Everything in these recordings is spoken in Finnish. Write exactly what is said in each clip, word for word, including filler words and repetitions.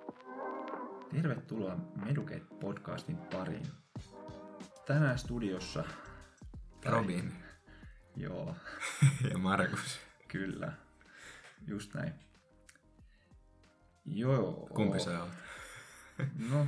Tervetuloa Medukate-podcastin pariin. Tänään studiossa... Tai... Robin. Joo. Ja Markus. Kyllä. Just näin. Joo. Kumpi sä oot? No.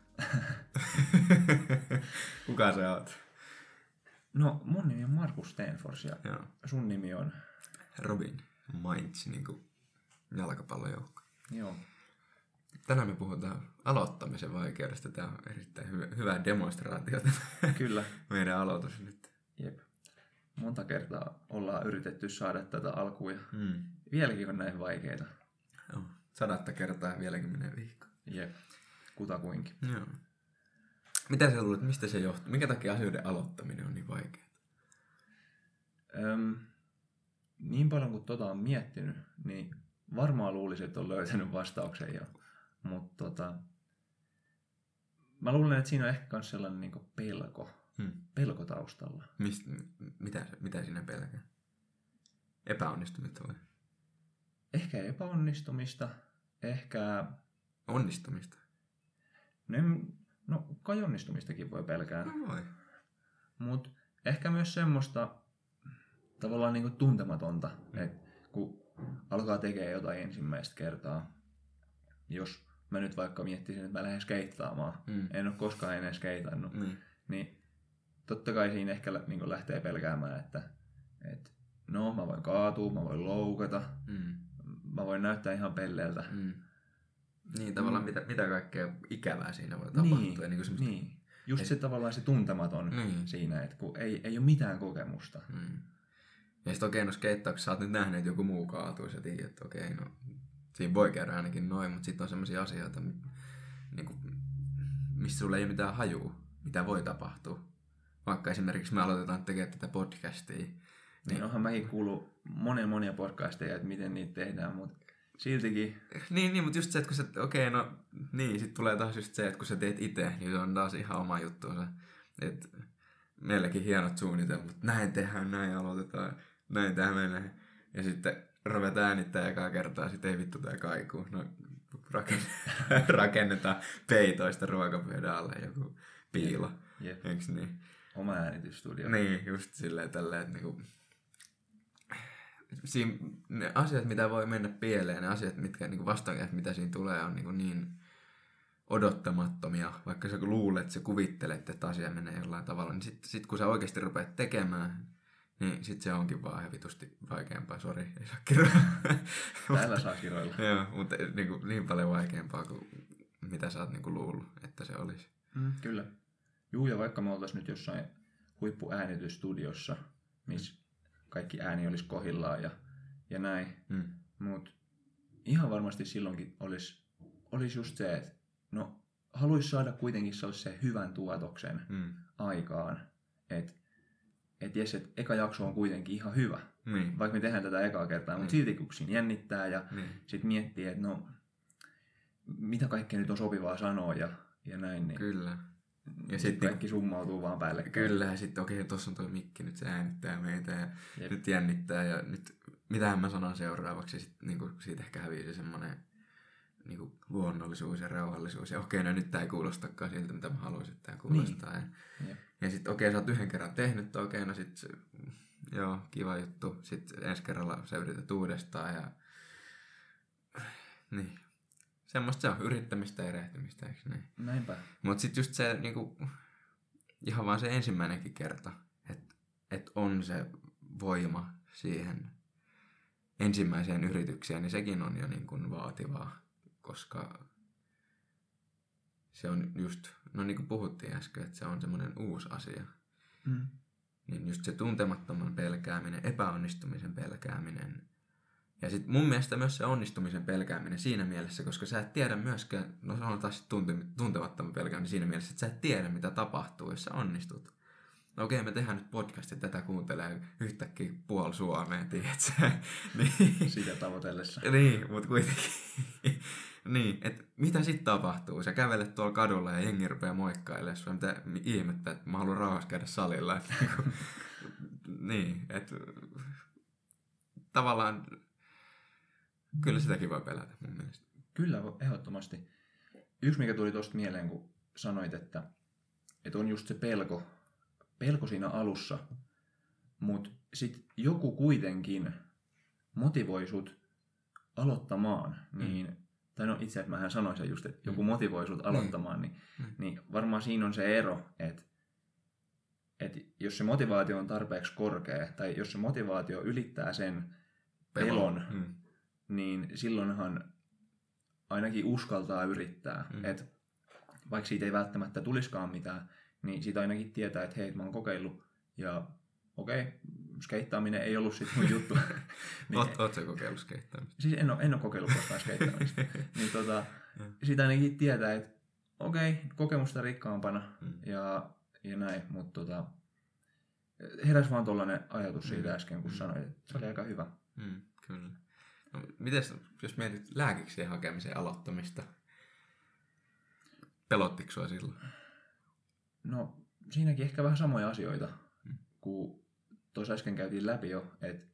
Kuka sä oot? No, mun nimi on Markus Stenfors ja Joo. sun nimi on... Robin Mainz, niin kuin jalkapallojoukko. Joo. Tänään me puhutaan aloittamisen vaikeudesta. Tämä on erittäin hyvä, hyvä demonstraatio. Kyllä. Meidän aloitus nyt. Jep. Monta kertaa ollaan yritetty saada tätä alkuun ja Mm. vieläkin on näin vaikeita. Joo. Sadatta kertaa vieläkin menee viikko. Jep. Kutakuinkin. Joo. Mitä sä luulet, mistä se johtuu? Minkä takia asioiden aloittaminen on niin vaikeaa? Öm, niin paljon kuin tota on miettinyt, niin varmaan luulisin, että on löytänyt vastauksen jo. Mutta tota, mä luulen, että siinä on ehkä myös sellainen niin kuin pelko. Hmm. Pelko taustalla. Mist, mitä, mitä sinä pelkää? Epäonnistumista vai? Ehkä epäonnistumista, ehkä... Onnistumista? No, en- no kai onnistumistakin voi pelkää. No voi. Mutta ehkä myös semmoista tavallaan niin kuin tuntematonta, mm. että kun alkaa tekemään jotain ensimmäistä kertaa, jos mä nyt vaikka miettisin, että mä lähden skeittaamaan, Mm. en ole koskaan ennen skeitannut, Niin. niin totta kai siinä ehkä niin kuin lähtee pelkäämään, että, että no mä voin kaatua, mä voin loukata, Mm. mä voin näyttää ihan pelleeltä. Mm. Niin, tavallaan Mm. mitä, mitä kaikkea ikävää siinä voi tapahtua. Niin, Ja niin kuin semmoista... niin. Just Ei- se tavallaan se tuntematon Niin. siinä, että kun ei, ei ole mitään kokemusta. Mm. Ja sitten okei, no skeittauksessa sä oot nyt nähnyt, että joku muu kaatuu, ja tiedät, että okei, no siinä voi käydä ainakin noin, mutta sitten on semmoisia asioita, niin kuin, missä sulla ei ole mitään hajua, mitä voi tapahtua. Vaikka esimerkiksi me aloitetaan tekemään tätä podcastia. Niin Niin, onhan mäkin kuullut monia monia podcasteja, että miten niitä tehdään, mutta siltikin, niin, niin, mutta just se, että kun sä, okei, no niin, sitten tulee taas just se, että kun sä teet itse, niin se on taas ihan oma juttuunsa. Että meilläkin hienot suunnitelmat, näin tehdään, näin aloitetaan, näin tämä menee. Ja sitten ruvetaan äänittää ekaa kertaa, sitten ei vittu tää kaikuu. No raken- rakennetaan peitoista ruokapöydän alle joku piilo. jep, Eiks niin? oma äänitysstudio. Niin, just silleen tälleen, että niinku... Siin, ne asiat, mitä voi mennä pieleen, ne asiat, mitkä niinku vastaankäät, mitä siinä tulee, on niinku niin odottamattomia. Vaikka sä luulet, sä kuvittelet, että asia menee jollain tavalla, niin sit, sit kun sä oikeasti rupeat tekemään, niin sit se onkin vaan ihan vitusti vaikeampaa. Sori, ei saa kiroilla. Täällä saa kiroilla. Joo, mutta niinku, niin paljon vaikeampaa kuin mitä sä oot niinku luullut, että se olisi. Mm, kyllä. Juu, ja vaikka me oltais nyt jossain huippuäänitysstudiossa, missä kaikki ääni olisi kohillaan ja, ja näin, Mm. mutta ihan varmasti silloinkin olisi olis just se, että no, haluaisi saada kuitenkin sellaisen hyvän tuotoksen Mm. aikaan, että et jes, et eka jakso on kuitenkin ihan hyvä, Niin. vaikka me tehdään tätä ekaa kertaa, mutta Niin. silti kun siinä jännittää ja Niin. sitten miettii, että no, mitä kaikkea nyt on sopivaa sanoa ja, ja näin, niin Kyllä. ja Ja sitten sitten kaikki summautuu vaan päälle. Kyllä, ja sitten okei, tossa on tuo mikki, nyt se äänittää meitä ja Jep. nyt jännittää ja nyt mitähän mä sanon seuraavaksi. Sitten niinku, siitä ehkä hävii se semmoinen niinku, luonnollisuus ja rauhallisuus. Ja okei, no nyt tää ei kuulostakaan siltä, mitä mä haluaisin, että tää kuulostaa. Niin. Ja, Jep. ja sitten okei, sä oot yhden kerran tehnyt, okei, no sit se, joo, kiva juttu. Sitten ensi kerralla sä yrität uudestaan ja niin. Semmoista se on, yrittämistä ja erehtymistä, eikö niin? Näinpä. Mutta sitten just se, niinku, ihan vaan se ensimmäinenkin kerta, että et on se voima siihen ensimmäiseen yritykseen, niin sekin on jo niinku vaativaa, koska se on just, no niin kuin puhuttiin äsken, että se on semmoinen uusi asia. Mm. Niin just se tuntemattoman pelkääminen, epäonnistumisen pelkääminen. Ja sitten mun mielestä myös se onnistumisen pelkääminen siinä mielessä, koska sä et tiedä myöskään, no se on taas tunte, tuntemattoman pelkääminen siinä mielessä, että sä et tiedä mitä tapahtuu, jos sä onnistut. No okei, me tehdään nyt podcastia, tätä kuuntelee yhtäkkiä puoli Suomea, tiedätkö? niin. Sitä tavoitellessa. Niin, mutta kuitenkin. niin, että mitä sitten tapahtuu? Sä kävelet tuolla kadulla ja jengi rupeaa moikkailemaan sua, mitä ihmettä, että mä haluan rauhassa käydä salilla. Et, niin, että tavallaan kyllä sitäkin voi pelätä mun mielestä. Kyllä, ehdottomasti. yksi mikä tuli tuosta mieleen, kun sanoit, että, että on just se pelko, pelko siinä alussa, mutta sitten joku kuitenkin motivoi sut aloittamaan, niin, mm. tai no itse asiassa mähän sanoin sen just, että joku motivoi sut aloittamaan, niin, mm. niin varmaan siinä on se ero, että, että jos se motivaatio on tarpeeksi korkea, tai jos se motivaatio ylittää sen pelon, pelon mm. niin silloinhan ainakin uskaltaa yrittää. Mm. Et vaikka siitä ei välttämättä tulisikaan mitään, niin siitä ainakin tietää, että hei, mä oon kokeillut, ja okei, okay, skeittaaminen ei ollut sitten mun juttu. niin, Oot, oot sä kokeillut skeittaamista? Siis en ole, en ole kokeillut koskaan skeittaamista. niin tota, siitä ainakin tietää, että okei, okay, kokemusta rikkaampana mm. ja, ja näin, mutta tota, heräsi vaan tollainen ajatus siitä mm. äsken, kun mm. sanoit, että se oli aika hyvä. Mm, kyllä. No, mites, jos mietit lääkiksien hakemisen aloittamista, pelottiko sua silloin? No, siinäkin ehkä vähän samoja asioita, mm. kun tuossa äsken käytiin läpi jo, että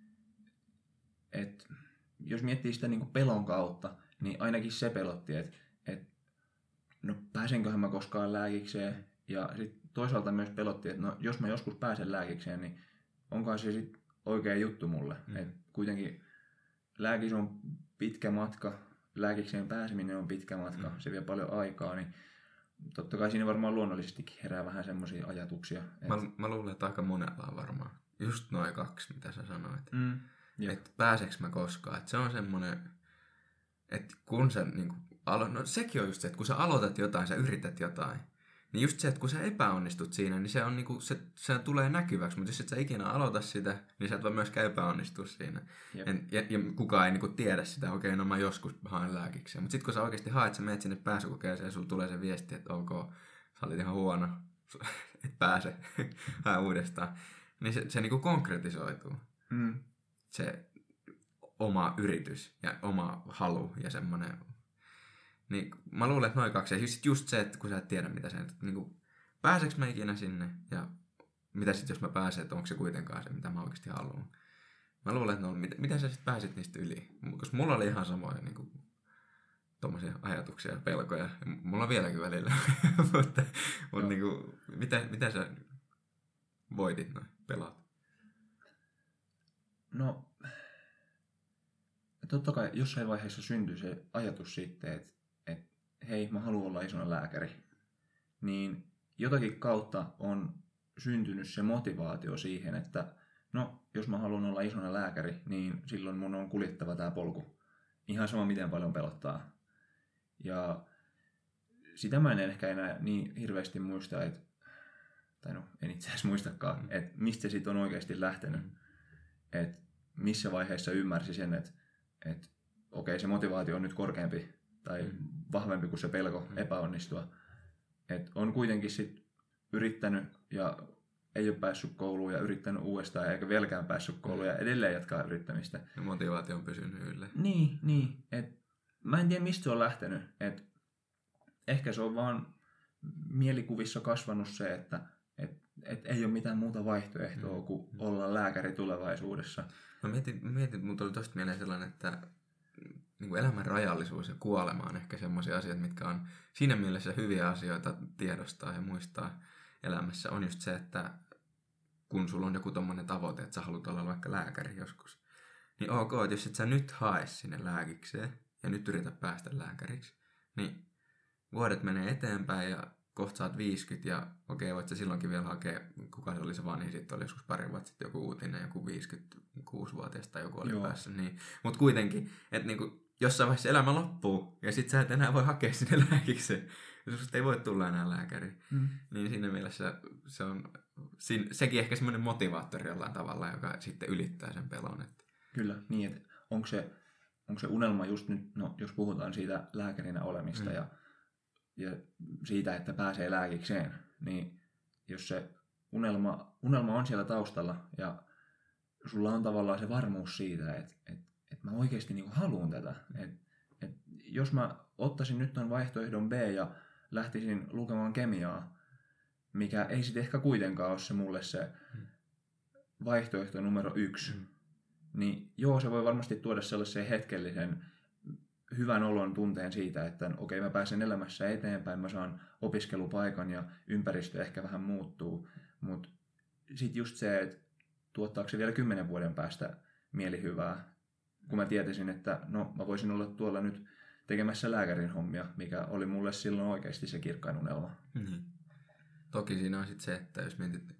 et, jos miettii sitä niinku pelon kautta, niin ainakin se pelotti, että et, no pääsenköhän mä koskaan lääkikseen, ja sitten toisaalta myös pelotti, että no, jos mä joskus pääsen lääkikseen, niin onkohan se sitten oikea juttu mulle. Mm. Et kuitenkin lääkis on pitkä matka, lääkikseen pääseminen on pitkä matka, mm. se vie paljon aikaa, niin totta kai siinä varmaan luonnollisestikin herää vähän semmoisia ajatuksia. Et... Mä, mä luulen, että aika monella on varmaan. Just noin kaksi, mitä sä sanoit. Mm. Että pääseks mä koskaan. Et se on semmoinen, että kun sä niinku alo... no sekin on just se, että kun sä aloitat jotain, sä yrität jotain, niin just se, että kun sä epäonnistut siinä, niin se, on niinku, se, se tulee näkyväksi. Mutta jos et sä ikinä aloita sitä, niin sä et voi myöskään epäonnistua siinä. En, ja, ja kukaan ei niinku tiedä sitä, okei, okay, no mä joskus haen lääkikseen. Mutta sitten kun sä oikeasti haet, sä menet sinne pääsykokeeseen ja sulla tulee se viesti, että ok, sä olit ihan huono, et pääse, hae uudestaan. Niin se, se niinku konkretisoituu. Mm. Se oma yritys ja oma halu ja semmoinen. Niin mä luulen, että noin kaksi. Ja just, just se, että kun sä et tiedä, mitä se niin kuin, pääseks mä ikinä sinne ja mitä sitten, jos mä pääsen, että onko se kuitenkaan se, mitä mä oikeasti haluan. Mä luulen, että no, miten, miten sä sitten pääsit niistä yli? Koska mulla oli ihan samoja niin kuin, tommosia ajatuksia ja pelkoja. Ja mulla on vieläkin välillä. mutta mutta niin kuin, mitä, mitä sä voitit noin pelaat? No, totta kai jossain vaiheessa syntyi se ajatus sitten, että, että hei, mä haluan olla isona lääkäri. Niin jotakin kautta on syntynyt se motivaatio siihen, että no, jos mä haluan olla isona lääkäri, niin silloin mun on kuljettava tää polku. Ihan sama, miten paljon pelottaa. Ja sitä mä en ehkä enää niin hirveästi muista, että, tai no, en itse asiassa muistakaan, mm. että mistä se sitten on oikeasti lähtenyt. Mm. Että missä vaiheessa ymmärsi sen, että, että okei, se motivaatio on nyt korkeampi tai mm. vahvempi kuin se pelko mm. epäonnistua. Että on kuitenkin sit yrittänyt ja ei ole päässyt kouluun ja yrittänyt uudestaan eikä vieläkään päässyt kouluun ja edelleen jatkaa yrittämistä. Ja motivaatio on pysynyt yllä. Niin, niin. Et mä en tiedä, mistä se on lähtenyt. Et ehkä se on vaan mielikuvissa kasvanut se, että et, et ei ole mitään muuta vaihtoehtoa mm. kuin olla lääkäri tulevaisuudessa. Mä mietin, mietin mun tuli tosta mieleen sellainen, että niin kuin elämän rajallisuus ja kuolema on ehkä semmoisia asioita, mitkä on siinä mielessä hyviä asioita tiedostaa ja muistaa elämässä. On just se, että kun sulla on joku tommonen tavoite, että sä haluat olla vaikka lääkäri joskus, niin ok, että jos et sä nyt hae sinne lääkikseen ja nyt yritä päästä lääkäriksi, niin vuodet menee eteenpäin ja kohta sä oot viisikymmentä ja okei, okay, voit sä silloinkin vielä hakea, kuka se oli se vanhin, sitten oli joskus pari vuotta sitten joku uutinen, joku viisikymmentäkuusi-vuotias tai joku oli Joo. päässyt. Niin. Mutta kuitenkin, että niinku, jossain vaiheessa elämä loppuu ja sit sä et enää voi hakea sinne lääkikseen. Susta ei voi tulla enää lääkäri. Mm. Niin siinä mielessä se on, siinä, sekin ehkä semmoinen motivaattori jollain tavalla, joka sitten ylittää sen pelon. Että. Kyllä, niin että onko se, onko se unelma just nyt, no jos puhutaan siitä lääkärinä olemista mm. ja ja siitä, että pääsee lääkikseen, niin jos se unelma, unelma on siellä taustalla ja sulla on tavallaan se varmuus siitä, että, että, että mä oikeasti niin kuin haluan tätä. Että, että jos mä ottaisin nyt ton vaihtoehdon B ja lähtisin lukemaan kemiaa, mikä ei sitten ehkä kuitenkaan ole se mulle se vaihtoehto numero yksi, mm. niin joo, se voi varmasti tuoda sellaisen hetkellisen hyvän olon tunteen siitä, että okei, mä pääsen elämässä eteenpäin, mä saan opiskelupaikan ja ympäristö ehkä vähän muuttuu, mutta sitten just se, että tuottaako se vielä kymmenen vuoden päästä mielihyvää, kun mä tietäisin, että no mä voisin olla tuolla nyt tekemässä lääkärin hommia, mikä oli mulle silloin oikeasti se kirkkain unelma. Mm-hmm. Toki siinä on sitten se, että jos mietit,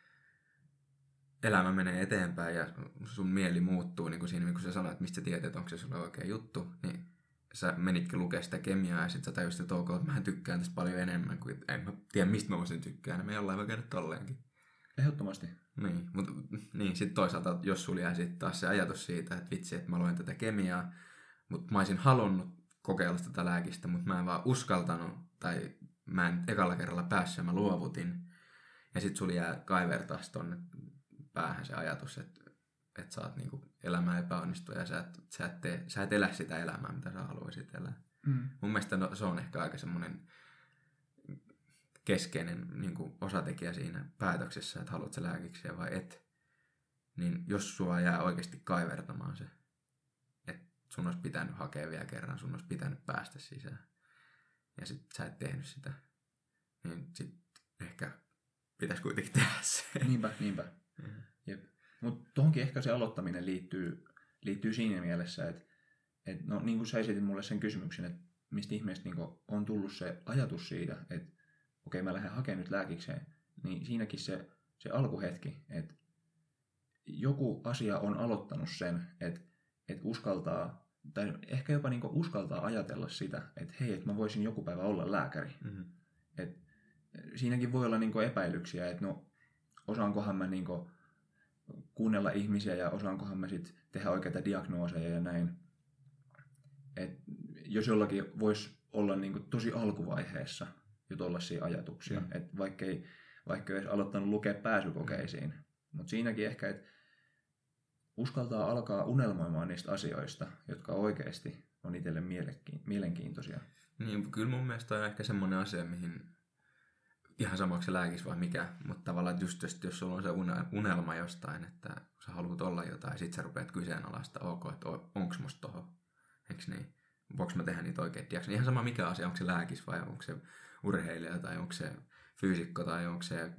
elämä menee eteenpäin ja sun mieli muuttuu, niin kuin siinä kun sä sanoit, että mistä sä tiedät, että onko se sulle oikea juttu, niin sä menitkin lukea sitä kemiaa ja sit sä tajusit, että ok, että mä tykkään tästä paljon enemmän, kuin en mä tiedä, mistä mä voisin tykkää, niin me jollain voi käydä tolleenkin. Ehdottomasti. Niin, mutta niin, sitten toisaalta, jos sulla jää sitten taas se ajatus siitä, että vitsi, että mä luen tätä kemiaa, mutta mä olisin halunnut kokeilla tätä lääkistä, mutta mä en vaan uskaltanut, tai mä en ekalla kerralla päässyt ja mä luovutin. Ja sitten sulla jää kaivertaa tonne päähän se ajatus, että, että sä oot niinku elämää epäonnistua ja sä et, sä, et tee, sä et elä sitä elämää, mitä sä haluaisit elää. Mm. Mun mielestä no, se on ehkä aika semmoinen keskeinen niin kuin osatekijä siinä päätöksessä, että haluat sä lääkiksiä vai et. Niin jos sua jää oikeasti kaivertamaan se, että sun olisi pitänyt hakea vielä kerran, sun olisi pitänyt päästä sisään ja sit sä et tehnyt sitä, niin sit ehkä pitäisi kuitenkin tehdä se. Niinpä, niinpä. Mm-hmm. Jep. Mutta tuohonkin ehkä se aloittaminen liittyy, liittyy siinä mielessä, että et, no, niin kuin sä esitit mulle sen kysymyksen, että mistä ihmeestä niin on tullut se ajatus siitä, että okei, mä lähden hakemaan nyt lääkikseen, niin siinäkin se, se alkuhetki, että joku asia on aloittanut sen, että, että uskaltaa, tai ehkä jopa niin uskaltaa ajatella sitä, että hei, että mä voisin joku päivä olla lääkäri. Mm-hmm. Että siinäkin voi olla niin epäilyksiä, että no, osaankohan mä niin kuunnella ihmisiä ja osaankohan mä sit tehdä oikeita diagnooseja ja näin. Et jos jollakin voisi olla niin tosi alkuvaiheessa jo tollaisia ajatuksia, mm. että vaikka ei, vaikka ei edes aloittanut lukea pääsykokeisiin, mutta siinäkin ehkä, että uskaltaa alkaa unelmoimaan niistä asioista, jotka oikeasti on itselle mielenkiintoisia. Niin, kyllä mun mielestä on ehkä semmoinen asia, mihin ihan samaksi se lääkis vai mikä, mutta tavallaan just jos sulla on se unelma jostain, että sä haluat olla jotain, ja sit sä rupeat kyseenalaista, ok, että onko musta toho, eikö niin? Voinko mä tehdä niitä oikein diaksi? Ihan sama mikä asia, onko se lääkis vai onko se urheilija tai onko se fyysikko tai onko se,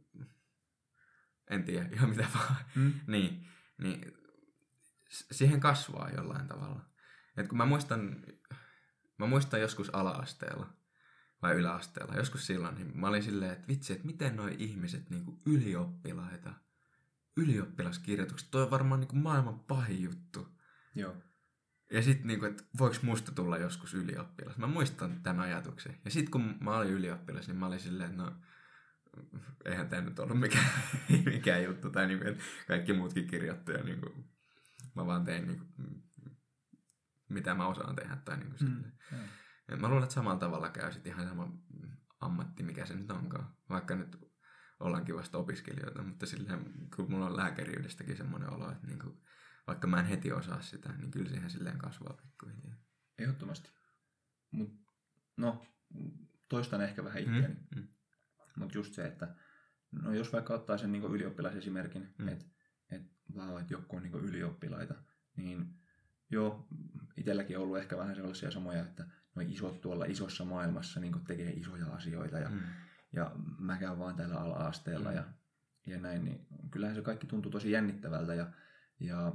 en tiedä, ihan mitä vaan. Mm. niin, niin siihen kasvaa jollain tavalla. Et kun mä muistan, mä muistan joskus ala-asteella vai yläasteella, joskus silloin, niin mä olin silleen, että vitsi, että miten noi ihmiset niinku ylioppilaita, ylioppilaskirjoitukset, toi on varmaan niinku maailman pahin juttu. Joo. Ja sitten, niinku, että voiko musta tulla joskus ylioppilas? Mä muistan tämän ajatuksen. Ja sitten kun mä olin ylioppilas, niin mä olin silleen, että no, eihän tämä nyt ollut mikään, mikään juttu. Tai niinku, että kaikki muutkin kirjoittuja, niinku, mä vaan tein, niinku, mitä mä osaan tehdä. Tai niinku, mm, ja mä luulen, että samalla tavalla käy sitten ihan sama ammatti, mikä se nyt onkaan. Vaikka nyt ollaankin vasta opiskelijoita, mutta silleen, kun mulla on lääkäriydestäkin semmoinen olo, että niinku, vaikka mä en heti osaa sitä, niin kyllä siihen silleen kasvaa pikkuhiljaa. Ehdottomasti. Mut, no, toistan ehkä vähän itseäni. Mm, mm. Mutta just se, että no jos vaikka ottaa sen niinku ylioppilasesimerkin, mm. että et, vau, että joku on niinku ylioppilaita, niin joo, itselläkin on ollut ehkä vähän sellaisia samoja, että no isot tuolla isossa maailmassa niinku tekee isoja asioita ja, mm. ja mä käyn vaan täällä ala-asteella mm. ja, ja näin, niin kyllähän se kaikki tuntuu tosi jännittävältä ja, ja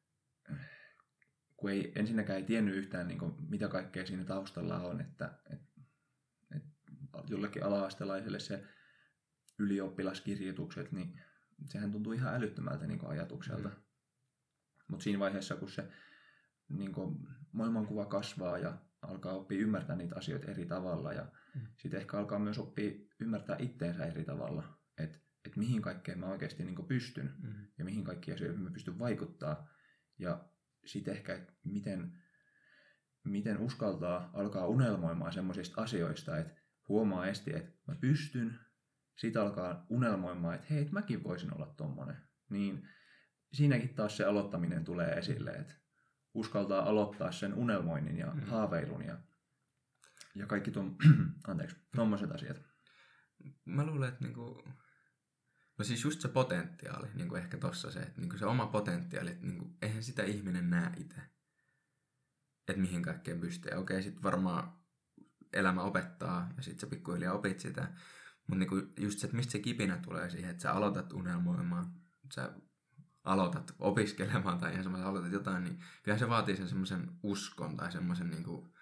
kun ei ensinnäkään ei tiennyt yhtään, niin kuin, mitä kaikkea siinä taustalla on, että, että, että jollekin ala-astelaiselle se ylioppilaskirjoitukset, niin sehän tuntuu ihan älyttömältä niin kuin ajatukselta. Mm. Mutta siinä vaiheessa, kun se niin kuin, maailmankuva kasvaa ja alkaa oppia ymmärtää niitä asioita eri tavalla ja mm. sitten ehkä alkaa myös oppia ymmärtää itteensä eri tavalla, että, että mihin kaikkeen mä oikeasti niin kuin pystyn mm. ja mihin kaikkiin asioihin mä pystyn vaikuttaa. Ja sitten ehkä, että miten, miten uskaltaa alkaa unelmoimaan semmoisista asioista, että huomaa esti, että mä pystyn, sitten alkaa unelmoimaan, että hei, että mäkin voisin olla tommonen. Niin siinäkin taas se aloittaminen tulee esille, että uskaltaa aloittaa sen unelmoinnin ja mm. haaveilun ja, ja kaikki tuon, anteeksi, tommoset asiat. Mä luulen, että niinku... No siis just se potentiaali, niin kuin ehkä tossa se, että niin kuin se oma potentiaali, että niin kuin, eihän sitä ihminen näe itse. että mihin kaikkeen pystyy. Ja okei, sitten varmaan elämä opettaa ja sitten sä pikkuhiljaa opit sitä. Mutta niinku just se, että mistä se kipinä tulee siihen, että sä aloitat unelmoimaan, sä aloitat opiskelemaan tai ihan semmoisen aloitat jotain, niin kyllähän se vaatii sen semmoisen uskon tai semmoisen niinku,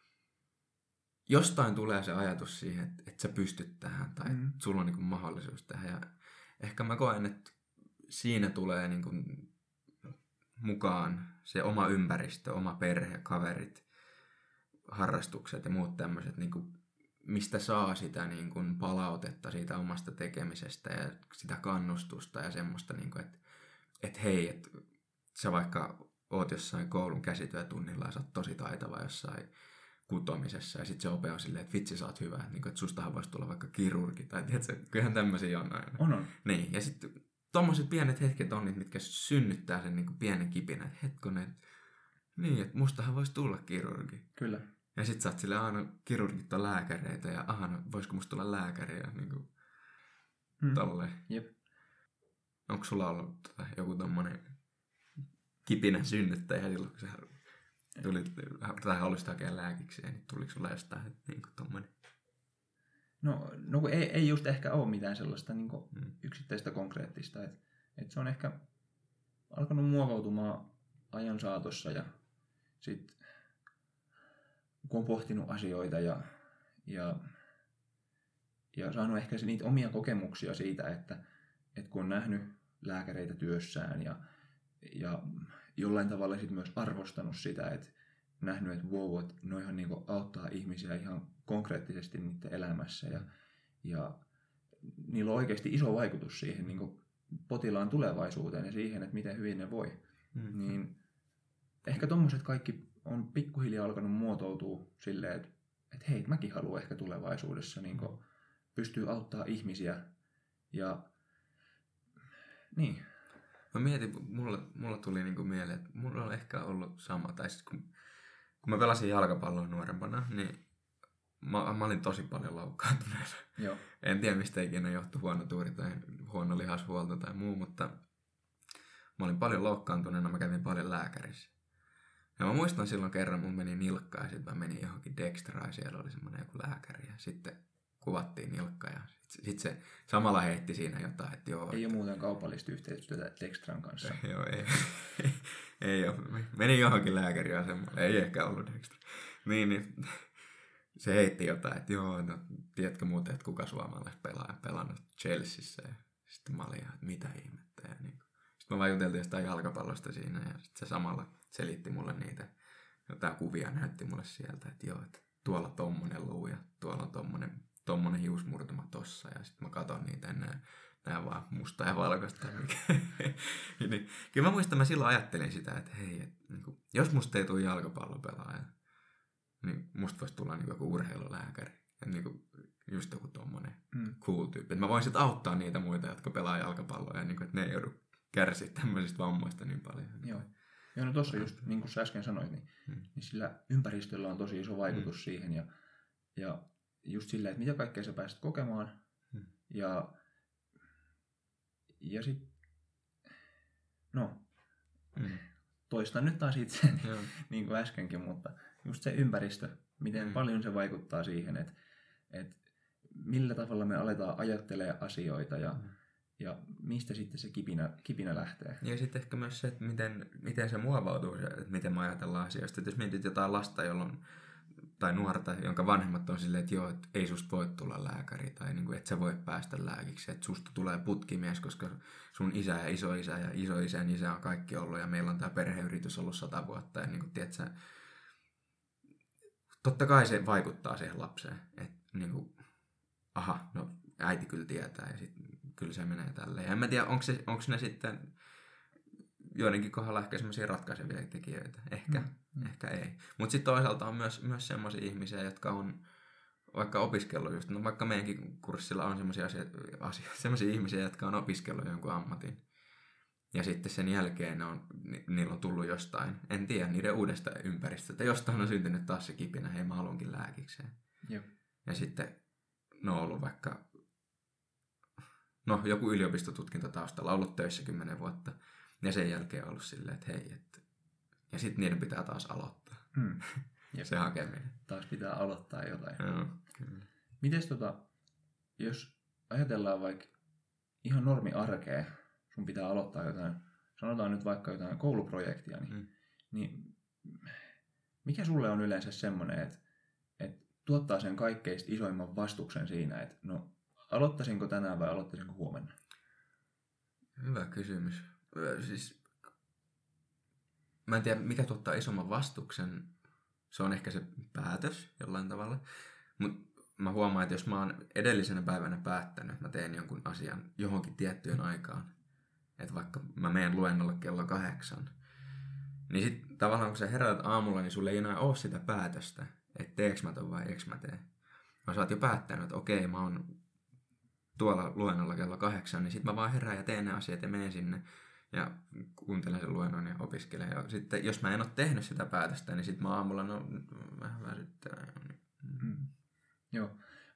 jostain tulee se ajatus siihen, että, että sä pystyt tähän tai mm. että sulla on niinku mahdollisuus tähän. Ja ehkä mä koen, että siinä tulee niinku mukaan se oma ympäristö, oma perhe, kaverit, harrastukset ja muut tämmöiset, niinku, mistä saa sitä niinku palautetta siitä omasta tekemisestä ja sitä kannustusta ja semmoista, niinku, että et hei, että sä vaikka oot jossain koulun käsityötunnilla ja sä oot tosi taitava jossain kutomisessa ja sit se ope on silleen, että vitsi sä oot hyvä, että, niinku, että sustahan voisi tulla vaikka kirurgi tai tiedätkö, kyllähän tämmöisiä on aina. On on. Niin, ja sitten tommoset pienet hetket on niitä, mitkä synnyttää sen niinku pienen kipinän, että hetkonen, niin, että mustahan voisi tulla kirurgi. Kyllä. Ja sit sä oot silleen, aina kirurgit on lääkäreitä ja aha, no, voisiko musta tulla lääkäri ja niinku hmm. tolleen. Jep. Onko sulla ollut tota, joku tommonen kipinä synnyttäjä silloin, kun sä tulit, tai haluaisit hakea lääkikseen, niin tuliko sulla jostain niinku tommonen? No, no ei, ei just ehkä ole mitään sellaista niin kuin hmm. yksittäistä konkreettista. Et, et se on ehkä alkanut muovautumaan ajan saatossa ja sit kun on pohtinut asioita ja, ja, ja saanut ehkä niitä omia kokemuksia siitä, että, että kun on nähnyt lääkäreitä työssään ja, ja jollain tavalla sit myös arvostanut sitä, että nähnyt, että wow, että noihan niinku auttaa ihmisiä ihan konkreettisesti niiden elämässä ja, ja niillä on oikeasti iso vaikutus siihen niinku potilaan tulevaisuuteen ja siihen, että miten hyvin ne voi. Mm-hmm. Niin ehkä tommoset kaikki on pikkuhiljaa alkanut muotoutua silleen, että, että hei, mäkin haluan ehkä tulevaisuudessa niinku pystyä auttaa ihmisiä ja niin. Mä mietin, mulla, mulla tuli niinku mieleen, että mulla on ehkä ollut sama, tai siis kun, kun mä pelasin jalkapalloa nuorempana, niin mä, mä olin tosi paljon loukkaantuneena. Joo. En tiedä mistä ikinä johtui huono tuuri tai huono lihashuolto tai muu, mutta mä olin paljon loukkaantuneena, mä kävin paljon lääkärissä. Ja mä muistan silloin kerran, mun meni nilkka ja sitten mä menin johonkin Dextraan ja siellä oli semmoinen joku lääkäri ja sitten kuvattiin nilkka ja sitten sit se samalla heitti siinä jotain, että joo. Ei että... ole muuten kaupallista yhteistyötä Dextran kanssa. Joo, ei. Ei ole. Menin johonkin lääkäriasemalle, ei ehkä ollut Dextra. Niin, niin se heitti jotain, että joo, no tiedätkö muuten, että kuka suomalais pelaa pelannut Chelseassa ja sitten mä olin ihan, että mitä ihmettä. Ja niin. Sitten mä vaan juteltiin jostain jalkapallosta siinä ja sitten se samalla selitti mulle niitä, jotain kuvia näytti mulle sieltä, että joo, että tuolla tommonen luu ja tuolla on tommonen, tommonen hiusmurtuma tossa ja sitten mä katon niitä ja näen, näen vaan musta ja valkoista. Niin, kyllä mä muistan, mä silloin ajattelin sitä, että hei, et, niin kuin, jos musta ei tule jalkapallopelaaja, niin musta voisi tulla niin joku urheilulääkäri. Ja niin kuin, just joku tommonen mm. cool tyyppi. Että mä voin sitten auttaa niitä muita, jotka pelaa jalkapalloa ja niin kuin, että ne ei joudu kärsiä tämmöisistä vammoista niin paljon. Joo. Joo, no tossa just, niin kuin sä äsken sanoit, niin, mm. niin sillä ympäristöllä on tosi iso vaikutus mm. siihen. Ja, ja just sillä, että mitä kaikkea sä pääset kokemaan. Mm. Ja, ja sit, no, mm. toistan nyt taas itse, niin kuin äskenkin, mutta just se ympäristö, miten mm. paljon se vaikuttaa siihen, että, että millä tavalla me aletaan ajattelemaan asioita ja, mm. ja mistä sitten se kipinä, kipinä lähtee. Ja sitten ehkä myös se, että miten, miten se muovautuu, että miten me ajatellaan asioista. Että jos mietit jotain lasta, jolloin, tai nuorta, jonka vanhemmat on silleen, että joo, että ei susta voi tulla lääkäri, tai niin kuin, että sä voi päästä lääkiksi, että susta tulee putkimies, koska sun isä ja isoisä ja isoisän isä on kaikki ollut, ja meillä on tämä perheyritys ollut sata vuotta, ja niin kuin, tiedät sä, totta kai se vaikuttaa siihen lapseen, että niin kuin, aha, no äiti kyllä tietää, ja sitten kyllä se menee tälleen. Ja en mä tiedä, onko, se, onko ne sitten joidenkin kohdalla ehkä semmoisia ratkaisevia tekijöitä. Ehkä, mm, mm. ehkä ei. Mutta sitten toisaalta on myös, myös semmoisia ihmisiä, jotka on vaikka opiskellut just, no vaikka meidänkin kurssilla on semmoisia asia, semmoisia ihmisiä, jotka on opiskellut jonkun ammatin. Ja sitten sen jälkeen ne on, ni, niillä on tullut jostain, en tiedä, niiden uudesta ympäristöstä. Jostain on syntynyt taas se kipinä, hei mä haluankin lääkikseen. Jep. Ja sitten ne on ollut vaikka, no joku yliopistotutkinto taustalla, ollut töissä kymmenen vuotta. Ja sen jälkeen on ollut silleen, että hei, että... ja sitten niiden pitää taas aloittaa. Hmm. Se hakeminen. Taas pitää aloittaa jotain. Joo, kyllä. Mites tota, jos ajatellaan vaikka ihan normi-arkea, sun pitää aloittaa jotain, sanotaan nyt vaikka jotain kouluprojektia, niin, hmm. niin mikä sulle on yleensä semmoinen, että, että tuottaa sen kaikkein isoimman vastuksen siinä, että no aloittaisinko tänään vai aloittaisinko huomenna? Hyvä kysymys. Siis, mä en tiedä, mikä tuottaa isomman vastuksen. Se on ehkä se päätös jollain tavalla. Mutta mä huomaan, että jos mä oon edellisenä päivänä päättänyt, että mä teen jonkun asian johonkin tiettyyn aikaan, että vaikka mä menen luennolle kello kahdeksan, niin sit tavallaan kun sä heräät aamulla, niin sulla ei enää ole sitä päätöstä, että teeks mä ton vai eikö mä tee. Mä sä oot jo päättänyt, että okei, mä oon tuolla luennolla kello kahdeksan, niin sit mä vaan herään ja teen ne asiat ja menen sinne ja kuuntelen sen luennon ja opiskelen. Ja sitten jos mä en ole tehnyt sitä päätöstä, niin sit mä aamulla, no vähän väsyttää. Mm. Joo.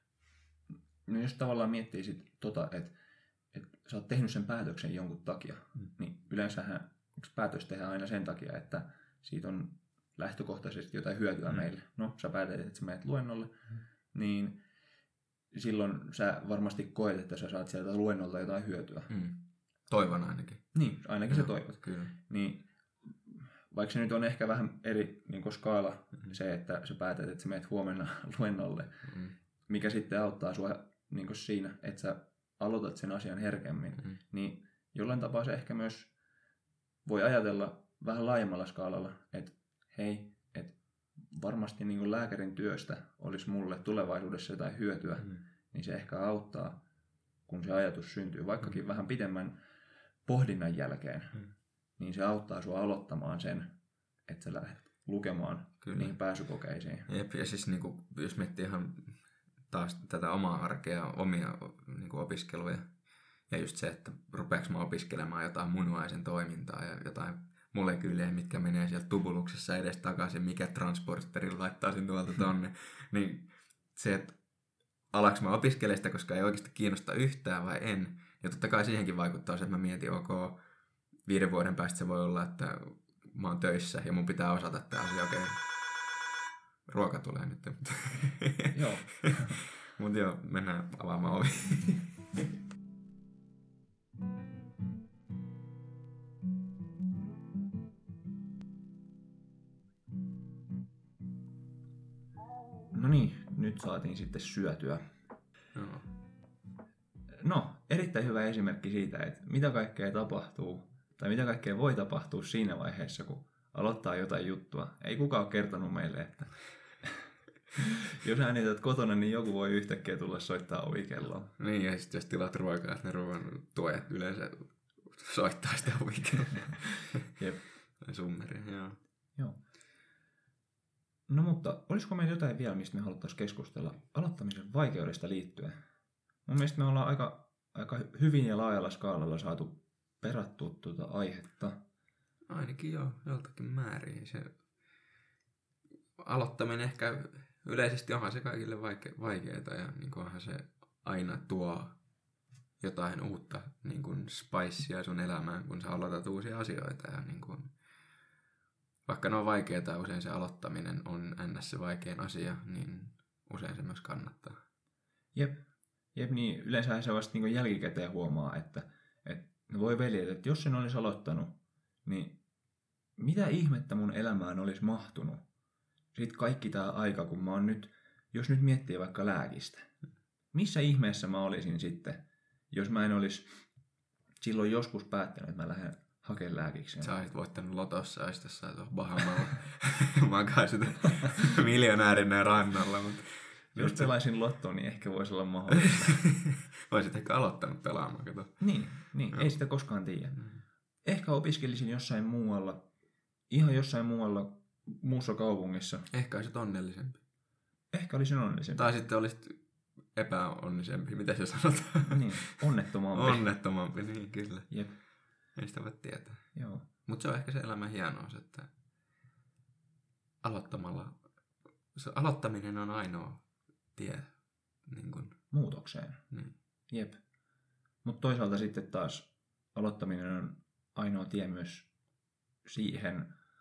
No jos tavallaan miettii sit tota, että et sä oot tehnyt sen päätöksen jonkun takia, mm. niin yleensähän päätös tehdään aina sen takia, että siitä on lähtökohtaisesti jotain hyötyä mm. meille. No, sä päätät, että sä menet luennolle, mm. niin silloin sä varmasti koet, että sä saat sieltä luennolta jotain hyötyä. Mm. Toivon ainakin. Niin, ainakin Joo, sä toivot. Kyllä. Niin, vaikka se nyt on ehkä vähän eri niin skaala mm. se, että sä päätät, että sä menet huomenna luennolle, mm. mikä sitten auttaa sua niin siinä, että sä aloitat sen asian herkemmin, mm. niin jollain tapaa se ehkä myös voi ajatella vähän laajemmalla skaalalla, että hei, että varmasti niin kuin lääkärin työstä olisi mulle tulevaisuudessa jotain hyötyä, mm. niin se ehkä auttaa, kun se ajatus syntyy, vaikkakin mm. vähän pidemmän pohdinnan jälkeen, mm. niin se auttaa sua aloittamaan sen, että sä lähdet lukemaan Kyllä. niihin pääsykokeisiin. Jep, ja siis niin kuin, jos miettii ihan taas tätä omaa arkea, omia niin kuin opiskeluja, ja just se, että rupeaks mä opiskelemaan jotain munuaisen toimintaa ja jotain molekyyleja, mitkä menee sieltä tubuluksessa edes takaisin, mikä transporteri laittaa sen tuolta tonne, niin se, että alaks mä opiskelemaan sitä, koska ei oikeasti kiinnosta yhtään vai en. Ja totta kai siihenkin vaikuttaa se, että mä mietin, ok, viiden vuoden päästä se voi olla, että mä oon töissä ja mun pitää osata tää asia, okei. Okay. Ruoka tulee nyt. Joo. Mut joo, mennään avaamaan ovi. No niin, nyt saatiin sitten syötyä. No. No, erittäin hyvä esimerkki siitä, että mitä kaikkea tapahtuu, tai mitä kaikkea voi tapahtua siinä vaiheessa, kun aloittaa jotain juttua. Ei kukaan ole kertonut meille, että jos äänität kotona, niin joku voi yhtäkkiä tulla soittaa ovikelloa. Niin, ja sitten jos tilaat ruokaa, että ne ruoan tuojat yleensä soittaa sitä ovikelloa. Jep. Summeri, joo. Joo. No mutta, olisiko meillä jotain vielä, mistä me haluttaisiin keskustella aloittamisen vaikeudesta liittyen? Mun mielestä me ollaan aika, aika hyvin ja laajalla skaalalla saatu perattua tuota aihetta. Ainakin joo, joltakin määrin. Se aloittaminen ehkä yleisesti onhan se kaikille vaike- vaikeaa ja niin onhan se aina tuo jotain uutta niin kuin spicea sun elämään, kun sä aloitat uusia asioita. Ja niin kuin, vaikka ne on vaikeaa, usein se aloittaminen on ns. Se vaikein asia, niin usein se myös kannattaa. Jep. Jep, niin yleensä se vasta niin jälkikäteen huomaa, että, että voi veljet, että jos sen olisi aloittanut, niin mitä ihmettä mun elämään olisi mahtunut? Sitten kaikki tämä aika, kun mä oon nyt, jos nyt miettii vaikka lääkistä. Missä ihmeessä mä olisin sitten, jos mä en olisi silloin joskus päättänyt, että mä lähden hakemaan lääkikseen? Sä olisit voittanut lotossa ja sitten sä oot Bahamalla makaa sitä miljonäärinä rannalla. Mutta jos pelaisin lottoon, niin ehkä voisi olla mahdollista. Voisit ehkä aloittanut pelaamaan, kato. Niin, niin no. Ei sitä koskaan tiedä. Mm. Ehkä opiskelisin jossain muualla, ihan jossain muualla, muussa kaupungissa. Ehkä olisit onnellisempi. Ehkä olisin onnellisempi. Tai sitten olisit epäonnisempi, mitä se sanotaan? Niin, onnettomampi. Onnettomampi, niin kyllä. Jep. Ei sitä voi tietää. Joo. Mutta se on ehkä se elämän hienous, että aloittamalla, se aloittaminen on ainoa tie. Niin kun. Muutokseen. Niin. Jep. Mutta toisaalta sitten taas aloittaminen on ainoa tie myös siihen,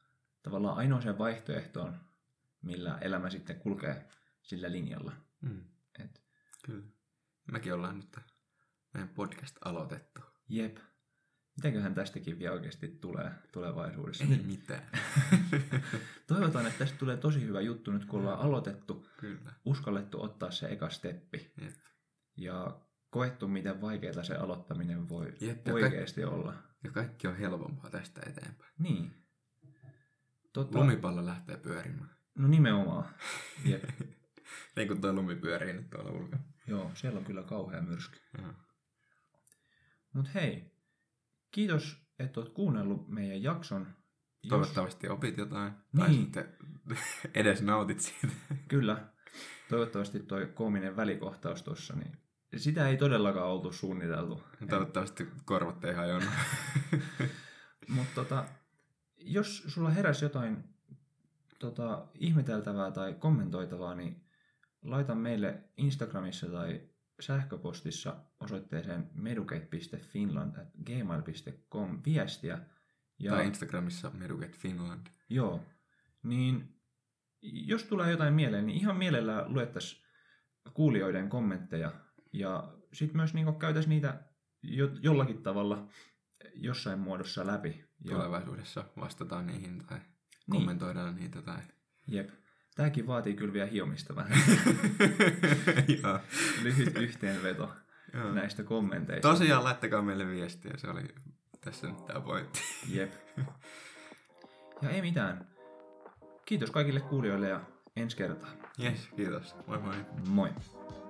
tavallaan ainoaseen vaihtoehtoon, millä elämä sitten kulkee sillä linjalla. Mm. Et, Kyllä. Mekin ollaan nyt meidän podcast aloitettu. jep. Mitäköhän tästäkin vielä oikeasti tulee tulevaisuudessa? Ei mitään. Toivotaan, että tästä tulee tosi hyvä juttu nyt, kun ollaan aloitettu. Kyllä. Uskallettu ottaa se eka steppi. Jep. Ja koettu, miten vaikeaa se aloittaminen voi Jep, ja oikeasti kaik- olla. Ja kaikki on helpompaa tästä eteenpäin. Niin. Tota, Lumipallo lähtee pyörimään. No nimenomaan. Jep. Niin kuin tuo lumi pyörii nyt tuolla ulkona. Joo, siellä on kyllä kauhea myrsky. Aha. Mut hei, kiitos, että oot kuunnellut meidän jakson. Jos- Toivottavasti opit jotain. Tai Niin. sitten edes nautit siitä. Kyllä. Toivottavasti toi koominen välikohtaus tuossa, niin sitä ei todellakaan oltu suunniteltu. Toivottavasti korvat ei hajonnut. Mutta tota, jos sulla heräsi jotain tota, ihmeteltävää tai kommentoitavaa, niin laita meille Instagramissa tai sähköpostissa osoitteeseen medukate piste finland at gmail piste com viestiä. Ja, Tai Instagramissa Meduget Finland. joo, niin jos tulee jotain mieleen, niin ihan mielellään luettaisiin kuulijoiden kommentteja. Ja sitten myös niinku käytäisiin niitä jo, jollakin tavalla jossain muodossa läpi. Ja, Tulevaisuudessa vastataan niihin tai Niin. kommentoidaan niitä tai... jep. Tämäkin vaatii kyllä vielä hiomista vähän. Joo. Lyhyt yhteenveto Joo. näistä kommenteista. Tosiaan laittakaa meille viestiä, se oli tässä nyt tää pointti. Jep. Ja ei mitään. Kiitos kaikille kuulijoille ja ensi kertaa. Jes, kiitos. Moi moi. Moi.